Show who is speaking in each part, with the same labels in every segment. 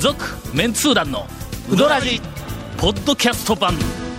Speaker 1: 続メンツー団のウドラジポッドキャスト版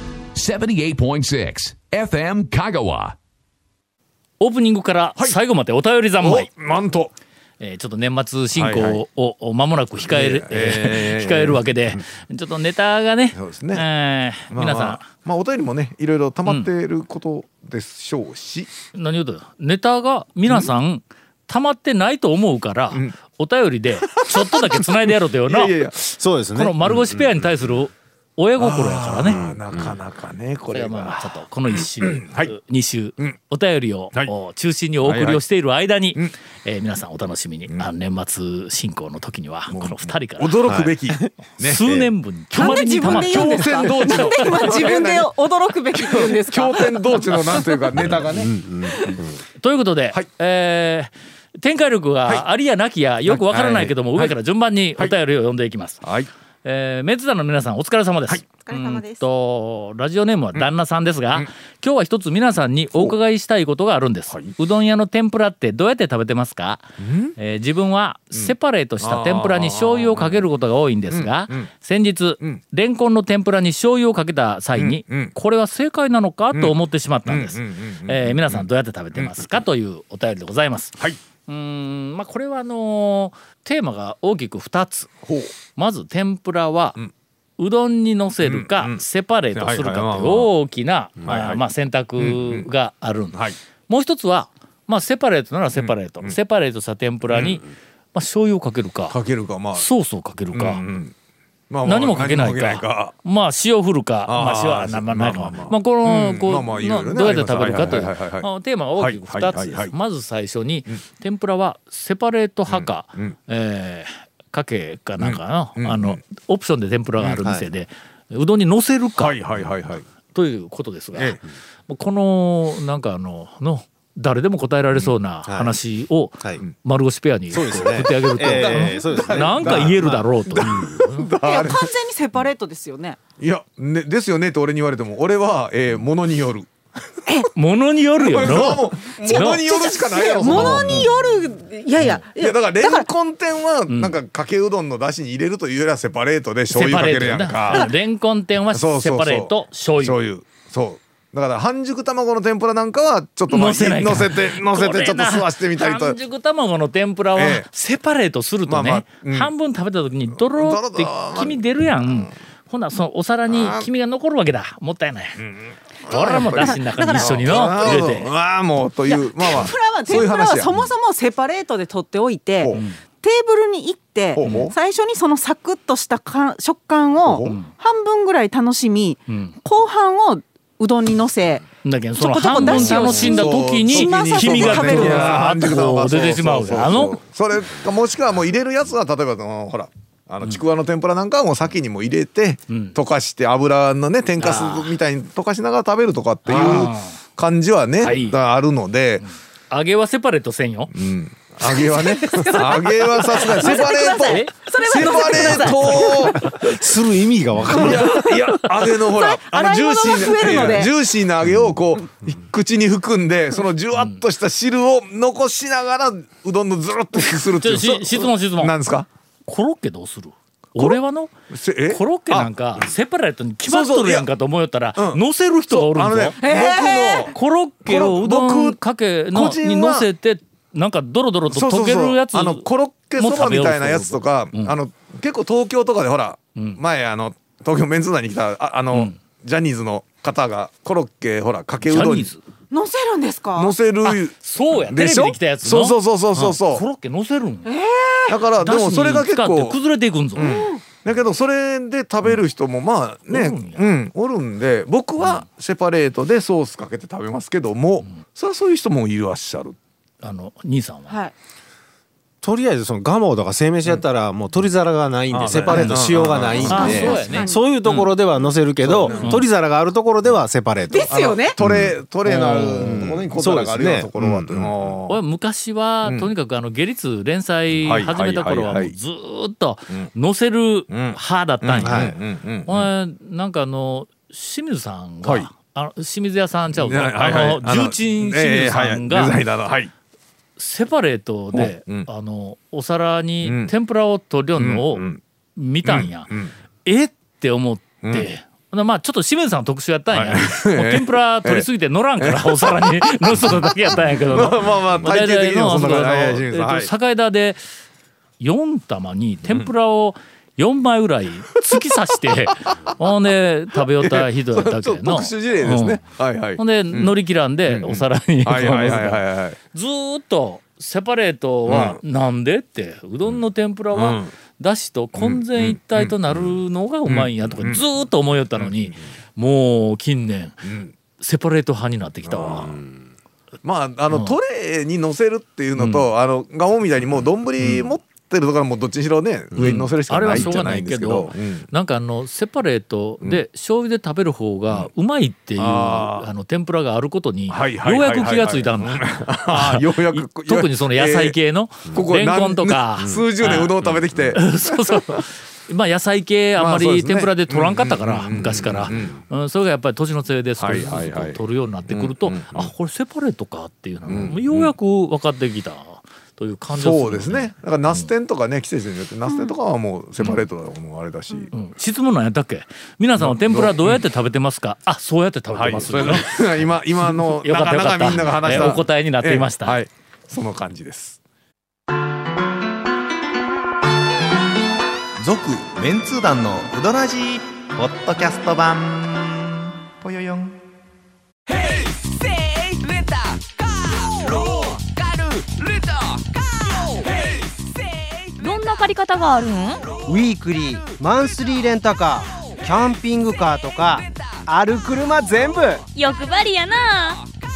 Speaker 2: 78.6 FM 香川。
Speaker 1: オープニングから最後までお便り三昧、
Speaker 3: なんと
Speaker 1: ちょっと年末進行を間もなく控えるわけで、ちょっとネタがね、
Speaker 3: そうですね、
Speaker 1: 皆さん、
Speaker 3: お便りもねいろいろ溜まっていることでしょうし、
Speaker 1: 何言うとよ、ネタが皆さん溜まってないと思うから、お便りでちょっとだけつないでやろうというない
Speaker 3: や
Speaker 4: そうですね。
Speaker 1: この丸腰ペアに対する親心やからね。
Speaker 3: なかなかねこ
Speaker 1: これ
Speaker 3: れが
Speaker 1: はまあちょっとこの1週、
Speaker 3: はい
Speaker 1: 2週、お便りを、中心にお送りをしている間に、皆さんお楽しみに、年末進行の時にはこの2人から
Speaker 3: 驚くべき、
Speaker 1: 数年分
Speaker 5: なんで自分で言うんですか。
Speaker 3: 強戦同地の
Speaker 5: 今自分で驚くべきって言うんですか。
Speaker 3: 経典同地のなんというかネタがね、
Speaker 1: ということで、
Speaker 3: はい
Speaker 1: 展開力がありやなきやよくわからないけども、上から順番にお便りを読んでいきます。
Speaker 3: はい
Speaker 1: メンツ団の皆さんお疲れ様です。
Speaker 5: お疲れ様です。
Speaker 1: ラジオネームは旦那さんですが、今日は一つ皆さんにお伺いしたいことがあるんです。うどん屋の天ぷらってどうやって食べてますか？自分はセパレートした天ぷらに醤油をかけることが多いんですが、先日、レンコンの天ぷらに醤油をかけた際に、これは正解なのかと思ってしまったんです。皆さんどうやって食べてますかというお便りでございます。
Speaker 3: はい
Speaker 1: これはテーマが大きく2つ。
Speaker 3: ほう
Speaker 1: まず天ぷらは、うどんにのせるか、セパレートするかという大きな選択があるんです。もう一つは、セパレートならセパレート、セパレートした天ぷらに、醤油をかけるか、
Speaker 3: かけるか
Speaker 1: ソースをかけるか、
Speaker 3: 何
Speaker 1: 何もかけないか、塩振るか、塩はないか、このどうやって食べるかというテーマが大きく2つです。まず最初に、天ぷらはセパレート派か、かけかなんかのオプションで天ぷらがある店でうどんにのせるかということですが、このなんか誰でも答えられそうな話を丸腰ペアに振ってあげると、なんか言えるだろうという。
Speaker 5: 完全にセパレートですよね。
Speaker 3: いや、ね、ですよねって俺に言われても俺は、ものによる
Speaker 1: ものによるよな。
Speaker 3: ものによるしかないやろ。
Speaker 5: ものによる。いや
Speaker 3: だからレンコン天はなんかかけうどんの出汁に入れるというよりはセパレートで醤油かけるやんか。
Speaker 1: レンコン天はセパレート醤油。
Speaker 3: そうだから半熟卵の天ぷらなんかはちょっとのせてちょっと吸わしてみたりと。
Speaker 1: 半熟卵の天ぷらはセパレートするとね、半分食べた時にドロって黄身出るやん。ほなそのお皿に黄身が残るわけだ。もったいない。俺らもだしの中に一緒に入れて。
Speaker 3: もうという
Speaker 5: 天ぷらはそもそもセパレートで取っておいて、テーブルに行って最初にそのサクッとした食感を半分ぐらい楽しみ、後半をうどんにのせ、
Speaker 1: だけどその半分楽しんだ時に黄身が出てしまう。
Speaker 3: それかもしくはもう入れるやつは例えばほらちくわの天ぷらなんかはもう先にも入れて、溶かして油のね天かすみたいに溶かしながら食べるとかっていう感じはね、あるので、
Speaker 1: 揚げはセパレートせんよ。
Speaker 3: 揚げはね揚げはさすがにセパレート
Speaker 4: する意味が分かんない。
Speaker 3: いや揚げのほらジューシーな揚げをこう口に含んでそのジュワッとした汁を残しながらうどんのズルッとするっていう。
Speaker 1: 質問
Speaker 3: なんですか？
Speaker 1: コロッケどうする？俺はコロッケなんかセパレートに決まっとるやんかと思いよったら乗せる人がおるんぞ。僕もコロッケをうどんかけに乗せてなんかドロドロと溶けるやつ、
Speaker 3: コロッケそばみたいなやつとか、結構東京とかでほら、前東京メンツ団に来たジャニーズの方がコロッケほらかけうどんに
Speaker 5: 乗せるんですか？
Speaker 3: 乗せる。
Speaker 1: そうや、テレビで来たやつの。
Speaker 3: そう
Speaker 1: コロッケ乗せるん。
Speaker 3: だからでもそれが結構
Speaker 1: 崩れていくんぞ。
Speaker 3: だけどそれで食べる人もまあね、おるんで、僕はセパレートでソースかけて食べますけども、それはそういう人もいらっしゃる。
Speaker 1: 兄さんは。
Speaker 4: とりあえずそのガモとか生飯やったらもう取り皿がないんでセパレートしようがないんで、そういうところでは乗せるけど、取り皿があるところではセパレート
Speaker 5: ですよね。
Speaker 3: トレーのあるところに小皿があるようなところは
Speaker 1: 俺昔はとにかく下律連載始めた頃はもうずーっと乗せる派だったんや。なんか清水さんが清水屋さんちゃうか、重鎮清水さんがセパレートでお皿に天ぷらを取りよんのを見たんや、って思って、まあちょっと清水さんの特集やったんや、もう天ぷら取りすぎて乗らんからお皿に乗せただけやったんやけど
Speaker 3: まあ体型的にはそんな感じ。
Speaker 1: 境田で4玉に天ぷらを4枚ぐらい突き刺してほんで食べよった人やったっけの
Speaker 3: 特殊事例ですね。
Speaker 1: ほんで乗り切らんでお皿にずーっとセパレートはなんでってうどんの天ぷらはだしと混然一体となるのがうまいんやとかずーっと思いよったのに、もう近年セパレート派になってきたわ。
Speaker 3: まあトレーに乗せるっていうのとガオみたいにもう丼持ってるところもどっちにしろね上に乗せるしかないんじゃないんですけど、
Speaker 1: なんかセパレートで醤油で食べる方がうまいっていう天ぷらがあることにようやく気がついたんだ。
Speaker 3: ようやく
Speaker 1: 特にその野菜系のレンコンとか
Speaker 3: 数十年うどん食べてきて
Speaker 1: そうそうまあ野菜系あんまり天ぷらで取らんかったから昔からそれがやっぱり年のせいですと取るようになってくるとあこれセパレートかっていうのがようやく分かってきたという感じですね。
Speaker 3: そうですね。だからナス天とかね季節によってナス天とかはもうセパレートだもうあれだし。
Speaker 1: 質問なんやったっけ？皆さんは天ぷらどうやって食べてますか？あそうやって食べてます。
Speaker 3: 今の
Speaker 1: よかったよかった。
Speaker 3: みんなが話した
Speaker 1: お答えになっていました。
Speaker 3: はい。その感じです。
Speaker 6: 続メンツー団のうどらじポッドキャスト版ぽよよん。
Speaker 7: どんな借り方があるん？
Speaker 8: ウィークリー、マンスリーレンタカー、キャンピングカーとかある車全部
Speaker 7: 欲張りやな。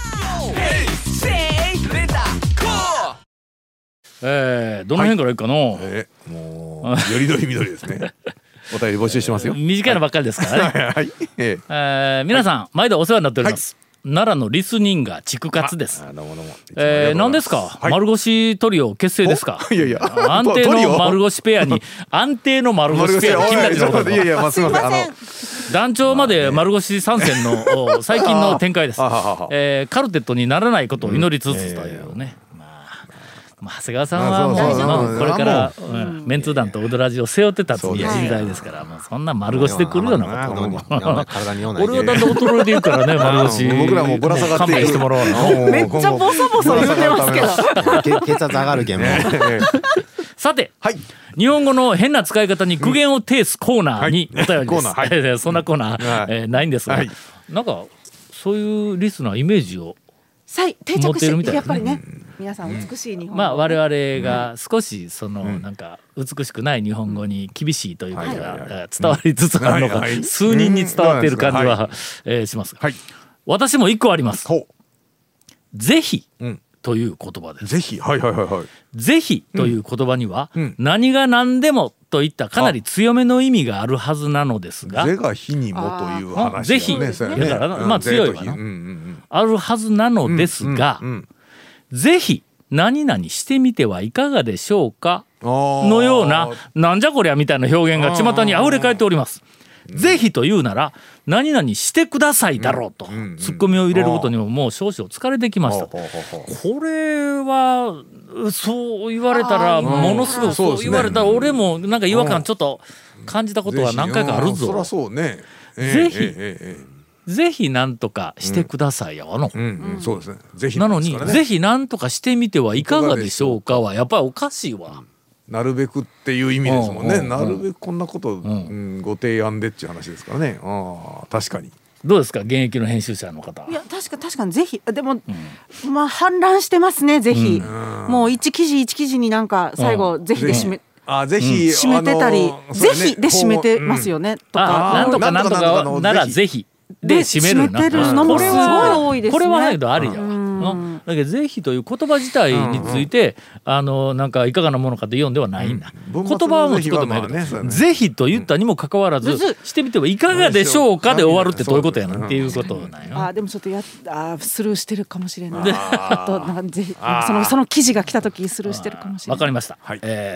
Speaker 1: どの辺からいくかの？
Speaker 3: もうよりどりみどりですね。お便り募集してますよ。
Speaker 1: 短いのばっかりですからね。皆さん毎度お世話になっております。奈良のリスニンガーチクカツです。何ですか、丸腰トリオ結成ですか？
Speaker 3: いやいや
Speaker 1: 安定の丸腰ペアに安定の丸腰ペア君たちのこと
Speaker 3: いやいやすいません
Speaker 1: 団長まで丸腰参戦の最近の展開です。カルテットにならないことを祈りつつというね。長谷川さんはもうこれからメンツー団とウドラジを背負って立つ人材ですから、もうそんな丸腰で来るようなこと俺はだんだん衰えていくからね丸腰
Speaker 3: 僕らもぶら下がって
Speaker 1: 勘弁してもらおうの。
Speaker 5: めっちゃボソボソ言ってますけど
Speaker 4: 血圧上がるけんも
Speaker 1: さて、日本語の変な使い方に苦言を呈すコーナーにお便りです。そんなコーナーないんですが、なんかそういうリスナーイメージを
Speaker 5: 定着してやっぱりね皆さん美しい日本語、
Speaker 1: まあ我々が少しそのなんか美しくない日本語に厳しいということが伝わりつつあるのか、数人に伝わっている感じはします。私も一個あります。ぜひという言葉です。
Speaker 3: ぜひ
Speaker 1: ぜひという言葉には何が何でもといったかなり強めの意味があるはずなのですが、
Speaker 3: ぜがひにもという話
Speaker 1: ぜひだからまあ強いわなあるはずなのですが、ぜひ何々してみてはいかがでしょうかのようななんじゃこりゃみたいな表現が巷にあふれ返っております。ぜひというなら何々してくださいだろうとツッコミを入れることにももう少々疲れてきました。これはそう言われたらものすごくそう言われたら俺もなんか違和感ちょっと感じたことは何回かあるぞ。
Speaker 3: そりゃそうね。
Speaker 1: ぜひ何とかしてくださいよ
Speaker 3: そうですね。ぜひ
Speaker 1: なのにぜひ何とかしてみてはいかがでしょうかはやっぱりおかしいわ。
Speaker 3: なるべくっていう意味ですもんね。なるべくこんなことご提案でっていう話ですからね。確かに。
Speaker 1: どうですか現役の編集者の方。
Speaker 5: いや確かにぜひでも、まあ氾濫してますね。ぜひもう一記事になんか最後ぜひで締め
Speaker 3: ぜひ
Speaker 5: 締めてたり、ぜひで締めてますよね、とか
Speaker 1: なんとかなんとかならぜひで締める
Speaker 5: のもすごい多いですね。
Speaker 1: これはだけどありじゃん。だけどぜひという言葉自体についてなんかいかがなものかと読んではないんだ。言葉はもちこともやけどぜひと言ったにもかかわらずしてみてはいかがでしょうかで終わるってどういうことやなっていうことなんよ。
Speaker 5: でもちょっとスルーしてるかもしれない。あとなんかぜひその記事が来た時スルーしてるかもしれない。
Speaker 1: わかりました。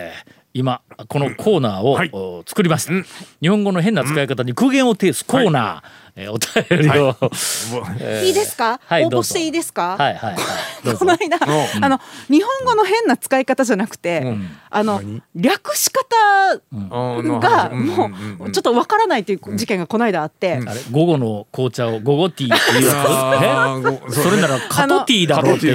Speaker 1: 今このコーナーを、作りました、日本語の変な使い方に苦言を呈すコーナー、お便りを、
Speaker 5: いいですか、
Speaker 1: はい、
Speaker 5: 応募していいですか。
Speaker 1: はいはいはい、どうぞ。
Speaker 5: この間日本語の変な使い方じゃなくて、略し方がもうちょっとわからないという事件がこの間あって、
Speaker 1: あれ午後の紅茶を午後ティーっていうやつそれならカトティーだろうっていう。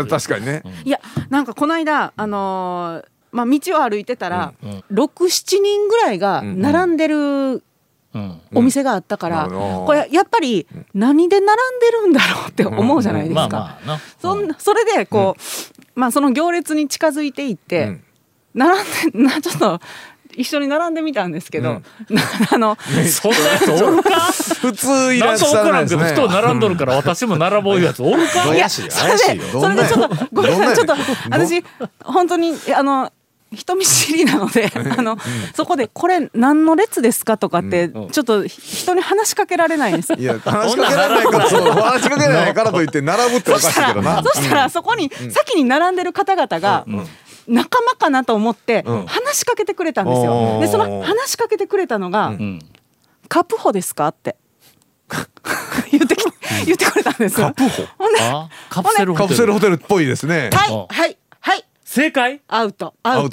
Speaker 3: 確かにね。
Speaker 5: いやなんかこの間道を歩いてたら、6,7 人ぐらいが並んでるお店があったから、これやっぱり何で並んでるんだろうって思うじゃないですか。それでこう、その行列に近づいていって、並んでちょっと一緒に並んでみたんですけど、
Speaker 1: そんなやつおるか
Speaker 3: 普通いらっしゃらないですね。
Speaker 1: 人並んどるから私も並ぼういうやつおるか。
Speaker 5: いやそれでちょっとごめんなさい、ちょっと私本当に人見知りなのでそこでこれ何の列ですかとかってちょっと人に話しかけられないんです。
Speaker 3: いや話しかけられないから話しかけられないからといって並ぶっておかしいけどな。
Speaker 5: そしたらそこに先に並んでる方々が仲間かなと思って話しかけてくれたんですよ。でその話しかけてくれたのがカプホですかって言ってくれたんですよ。
Speaker 3: カプホ。
Speaker 1: カプセル
Speaker 3: ホテルっぽいですね。
Speaker 5: はい
Speaker 1: 正解。
Speaker 5: アウト。で
Speaker 1: もう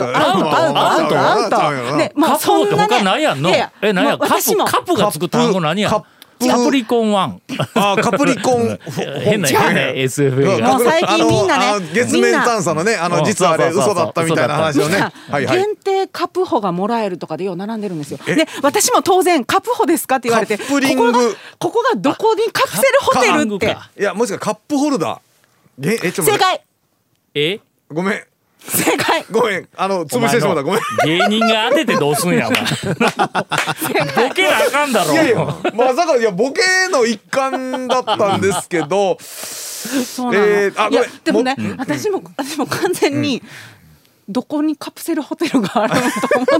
Speaker 1: そんなね。他何やんの。何やカプがつく単語何や。カプリコン1。
Speaker 3: カプリコン
Speaker 1: 変な SF
Speaker 5: が。もう最近みんなね。
Speaker 3: 月面探査のね実はあれ嘘だったみたいな話をね。
Speaker 5: 限定カプホがもらえるとかでよう並んでるんですよ。で私も当然カプホですかって言われて、ここがどこにカプセルホテルって。
Speaker 3: いやもしかカップホルダー。
Speaker 5: 正解。
Speaker 3: ごめん。
Speaker 5: 正解。
Speaker 3: ごめん潰してしまった。ごめん。
Speaker 1: 芸人が当ててどうすんやお前。ボケなあかんだろ。
Speaker 3: いやまさかボケの一環だったんですけど。
Speaker 5: そうなの。いやでもね私も完全にどこにカプセルホテルがあるのと思って。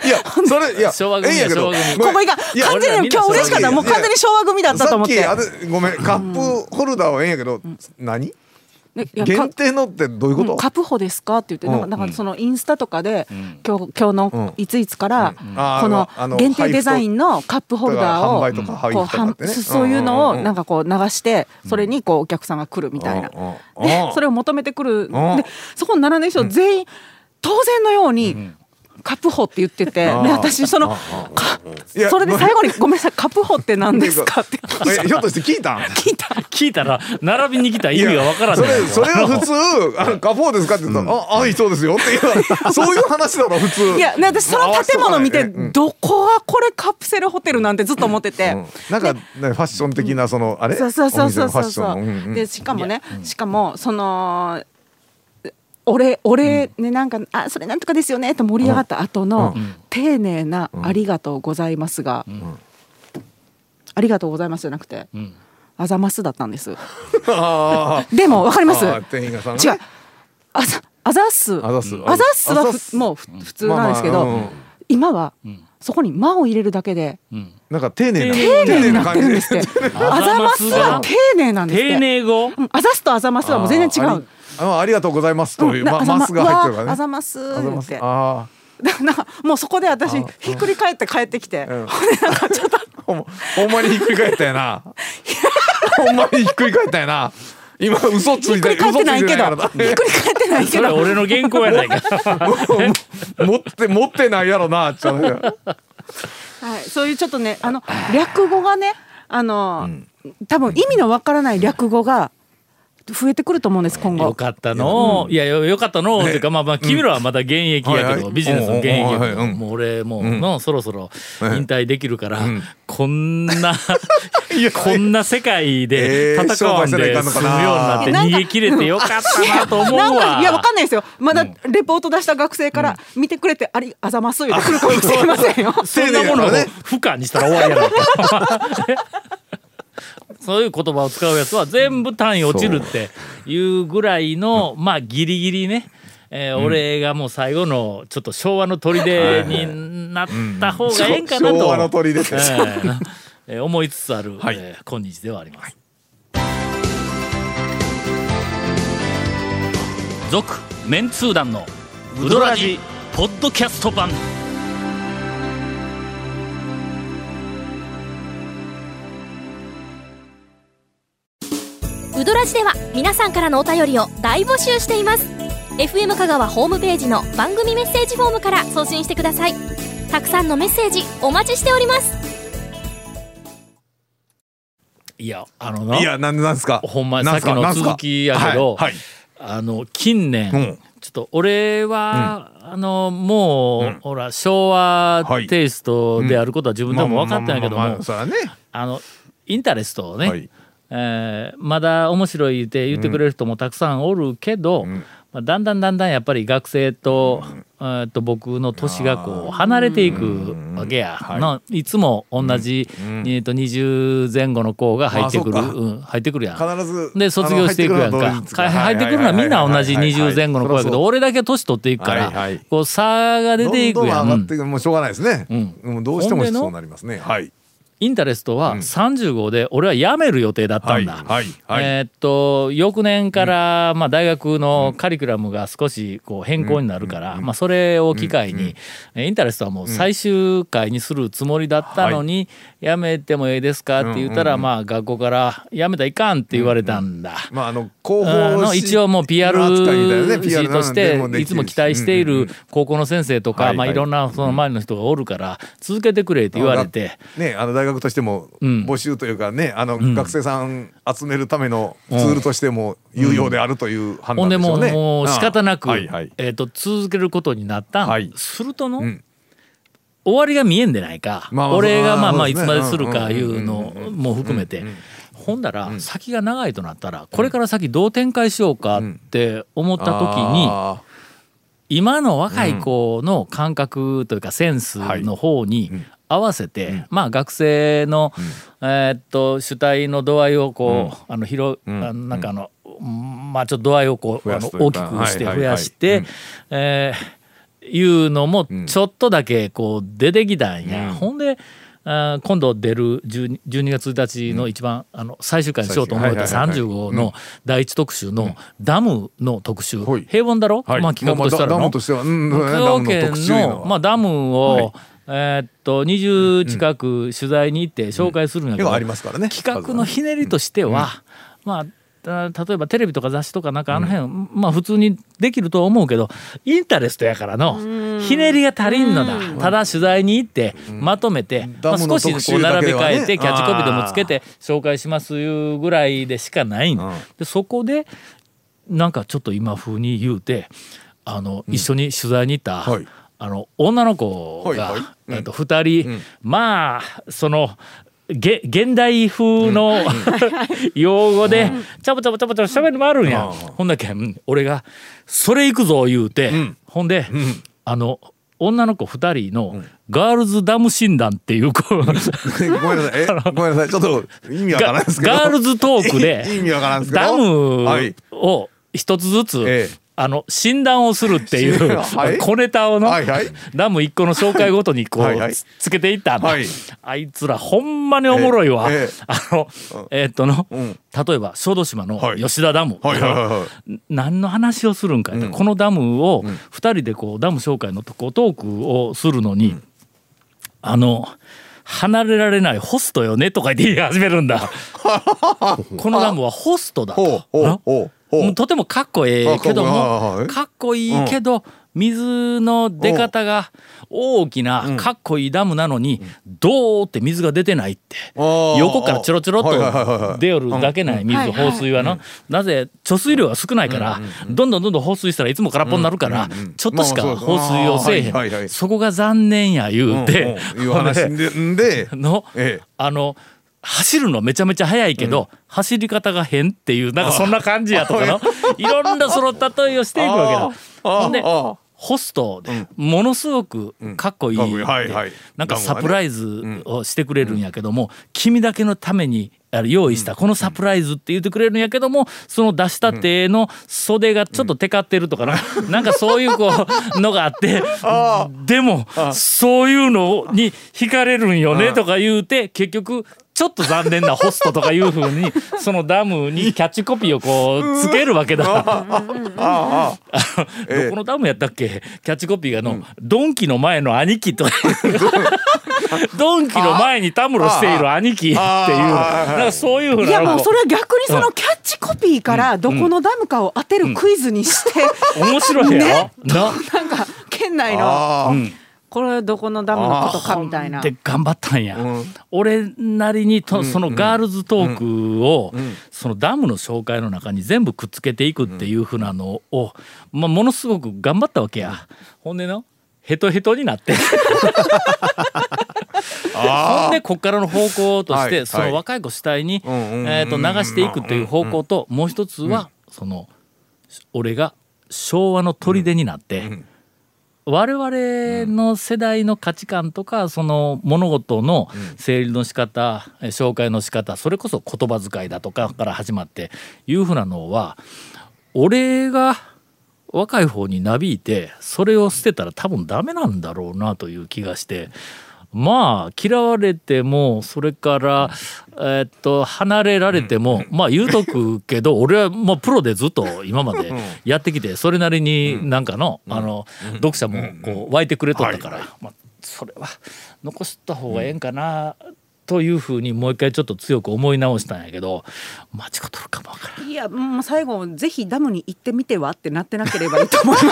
Speaker 3: いやそれ
Speaker 1: 昭和組や昭和組。
Speaker 5: ここが完全に今日嬉しかった。もう完全に昭和組だったと思って。
Speaker 3: さっきごめんカップホルダーはええんやけど何？限定のってどういうこと？
Speaker 5: カプホですかって言ってなんかそのインスタとかで今日のいついつからこの限定デザインのカップホルダーをそういうのをなんかこう流してそれにこうお客さんが来るみたいな。でそれを求めてくる。でそこに並んでる人全員当然のようにカプホって言ってて、私それで最後にごめんなさいカプホって何ですかって
Speaker 3: ひょっとして聞
Speaker 1: いたら並びに来た意味がわからない。
Speaker 3: それは普通カプホですかって言ったらいいそうですよっていうそういう話だろ普通。
Speaker 5: いや私その建物見てどこがこれカプセルホテルなんてずっと思ってて、
Speaker 3: なんかファッション的なそのあれ
Speaker 5: そうでしかもその俺ねなんかそれなんとかですよねと盛り上がった後の丁寧なありがとうございますが、ありがとうございますじゃなくてあざますだったんです。でもわかります？違うあざっすはもう普通なんですけど、今はそこに間を入れるだけで
Speaker 3: なんか丁寧
Speaker 5: になってるんですって。あざますは丁寧なんですって。
Speaker 1: 丁寧語？
Speaker 5: あざすとあざますはもう全然違う。
Speaker 3: ありがとうございますというマスが入ってるからね。
Speaker 5: あざますってなんかもうそこで私ひっくり返って帰ってきて、なんかちょっと
Speaker 3: ほんまにひっくり返ったやな。ほんまにひっくり返ったやな。今嘘ついて
Speaker 5: ひっくり返ってないけどひっくり返ってないけど
Speaker 1: それ俺の原稿やないか。
Speaker 3: 持ってないやろなっちゃう。はい、
Speaker 5: そういうちょっとね略語がね多分意味のわからない略語が増えてくると思うんです今後。
Speaker 1: よかったの、いやよかったのっていうか君らはまだ現役やけどビジネスの現役やけどもう俺もうそろそろ引退できるからこんな世界で戦わんで済むようになって逃げ切れてよかったなと思うわ。
Speaker 5: いやわかんないですよ。まだレポート出した学生から見てくれてあざます言うてくるかもしれませんよ。
Speaker 1: そんなものを不可にしたら終わりやないか。そういう言葉を使うやつは全部単位落ちるっていうぐらいのギリギリね、俺がもう最後のちょっと昭和の砦になった方がええんかなと、
Speaker 3: 昭和の砦です、
Speaker 1: 思いつつある、今日ではあります。続メンツー団のウドラジポッドキャスト版。
Speaker 7: ウドラジでは皆さんからのお便りを大募集しています。 FM 香川ホームページの番組メッセージフォームから送信してください。たくさんのメッセージお待ちしております。
Speaker 1: いや
Speaker 3: いやなんですか。
Speaker 1: ほんまにさっきの続きやけど、はいはい、近年、ちょっと俺は、もう、ほら昭和テイストであることは自分でも分かってないけども、インタレストをね、まだ面白いって言ってくれる人もたくさんおるけど、だんだんやっぱり学生と、僕の年がこう離れていくわけや、いつも同じ、20前後の子が入ってくる、入ってくるやん。
Speaker 3: 必ず
Speaker 1: で卒業していくやんか。入ってくるのはみんな同じ20前後の子やけど、俺だけ年取っていくから、こう差が出ていくやん。
Speaker 3: どんどん上がっていく、もうしょうがないですね。どうしてもそうなりますね。はい。
Speaker 1: インタレストは35で俺は辞める予定だったんだ。翌年から、大学のカリキュラムが少しこう変更になるから、それを機会に、インタレストはもう最終回にするつもりだったのに、辞めてもええですかって言ったら、学校から辞めたらいかんって言われたんだ。一応もう PR 誌としていつも期待している高校の先生とか、いろんなその周りの人がおるから続けてくれって言われて。
Speaker 3: 大学としても募集というかね、学生さん集めるためのツールとしても有用であるという判断でしょうね。
Speaker 1: もう仕方なく、続けることになったん、するとの、終わりが見えんでないか、俺がいつまでするかいうのも含めて、ほんだら先が長いとなったらこれから先どう展開しようかって思った時に、今の若い子の感覚というかセンスの方に合わせて、学生の、主体の度合いをこう、なんかちょっと度合いをこう大きくして増やして、いうのもちょっとだけこう出てきたんや。ほんで今度出る12月1日の一番最終回にしようと思った30号の第一特集のダムの特集、平凡だろ、企画としたらの香川県のダムを20近く取材に行って紹介するんやけど、企画のひねりとしては、例えばテレビとか雑誌とかなんか辺、普通にできると思うけど、インタレストやからのひねりが足りんのだ。ただ取材に行ってまとめて、少しこう並べ替えてキャッチコピーでもつけて紹介しますいうぐらいでしかないんで、そこでなんかちょっと今風に言うて一緒に取材に行った、女の子が2人、その現代風の用語でちゃぼちゃぼ喋るのもあるんや。ほんだけ俺がそれ行くぞ言うて、ほんで女の子2人のガールズダム診断っていうごめんなさ
Speaker 3: いちょっと意味わからないですけど、
Speaker 1: ガールズトークでダムを一つずつ診断をするっていう小ネタをダム1個の紹介ごとにこうつけていったんだ。あいつらほんまにおもろいわ。例えば小豆島の吉田ダム、何の話をするんか、このダムを2人でこうダム紹介のトークをするのに、離れられないホストよねとか言い始めるんだ。このダムはホストだと。とてもかっこええけども、かっこいいけど水の出方が大きなかっこいいダムなのにどうって水が出てないって、横からちょろちょろっと出よるだけない水、放水はの、なぜ貯水量が少ないから、どんどん放水したらいつも空っぽになるから、ちょっとしか放水をせえへん、そこが残念や言うて、走るのめちゃめちゃ速いけど、走り方が変っていう、なんかそんな感じやとかのいろんなその例えをしていくわけだ。ほんでホストでものすごくかっこいい、なんかサプライズをしてくれるんやけども、君だけのために用意したこのサプライズって言ってくれるんやけども、その出したての袖がちょっとテカってるとかなんかそういうのがあってでもそういうのに惹かれるんよねとか言うて、結局ちょっと残念なホストとかいう風にそのダムにキャッチコピーをこうつけるわけだ。どこのダムやったっけ、キャッチコピーがドンキの前の兄貴とドンキの前にたむろしている兄貴っていうなんかそういう風な。
Speaker 5: いやもうそれは逆にそのキャッチコピーからどこのダムかを当てるクイズにして、
Speaker 1: 面白いやろ、
Speaker 5: なんか県内のこれどこのダムのことかみたいな
Speaker 1: で頑張ったんや、俺なりにそのガールズトークをそのダムの紹介の中に全部くっつけていくっていう風なのを、ものすごく頑張ったわけや。ほんでヘトヘトになってほんでこっからの方向として、その若い子主体に流していくという方向と、もう一つはその俺が昭和の砦になって、我々の世代の価値観とかその物事の整理の仕方、紹介の仕方、それこそ言葉遣いだとかから始まっていうふうなのは、俺が若い方になびいてそれを捨てたら多分ダメなんだろうなという気がして、まあ嫌われてもそれから離れられてもまあ言うとくけど、俺はもうプロでずっと今までやってきて、それなりになんかの読者もこう湧いてくれとったから、まあそれは残した方がええんかなというふうにもう一回ちょっと強く思い直したんやけど、間違っとるかもわからん。
Speaker 5: いやもう最後ぜひダムに行ってみてはってなってなければいいと思います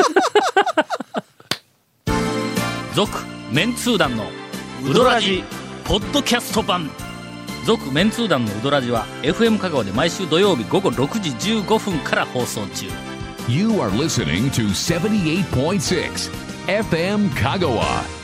Speaker 1: 続メンツー団のウドラジポッドキャスト版。続メンツー団のウドラジは FM 香川で毎週土曜日午後6時15分から放送中。
Speaker 2: You are listening to 78.6 FM 香川。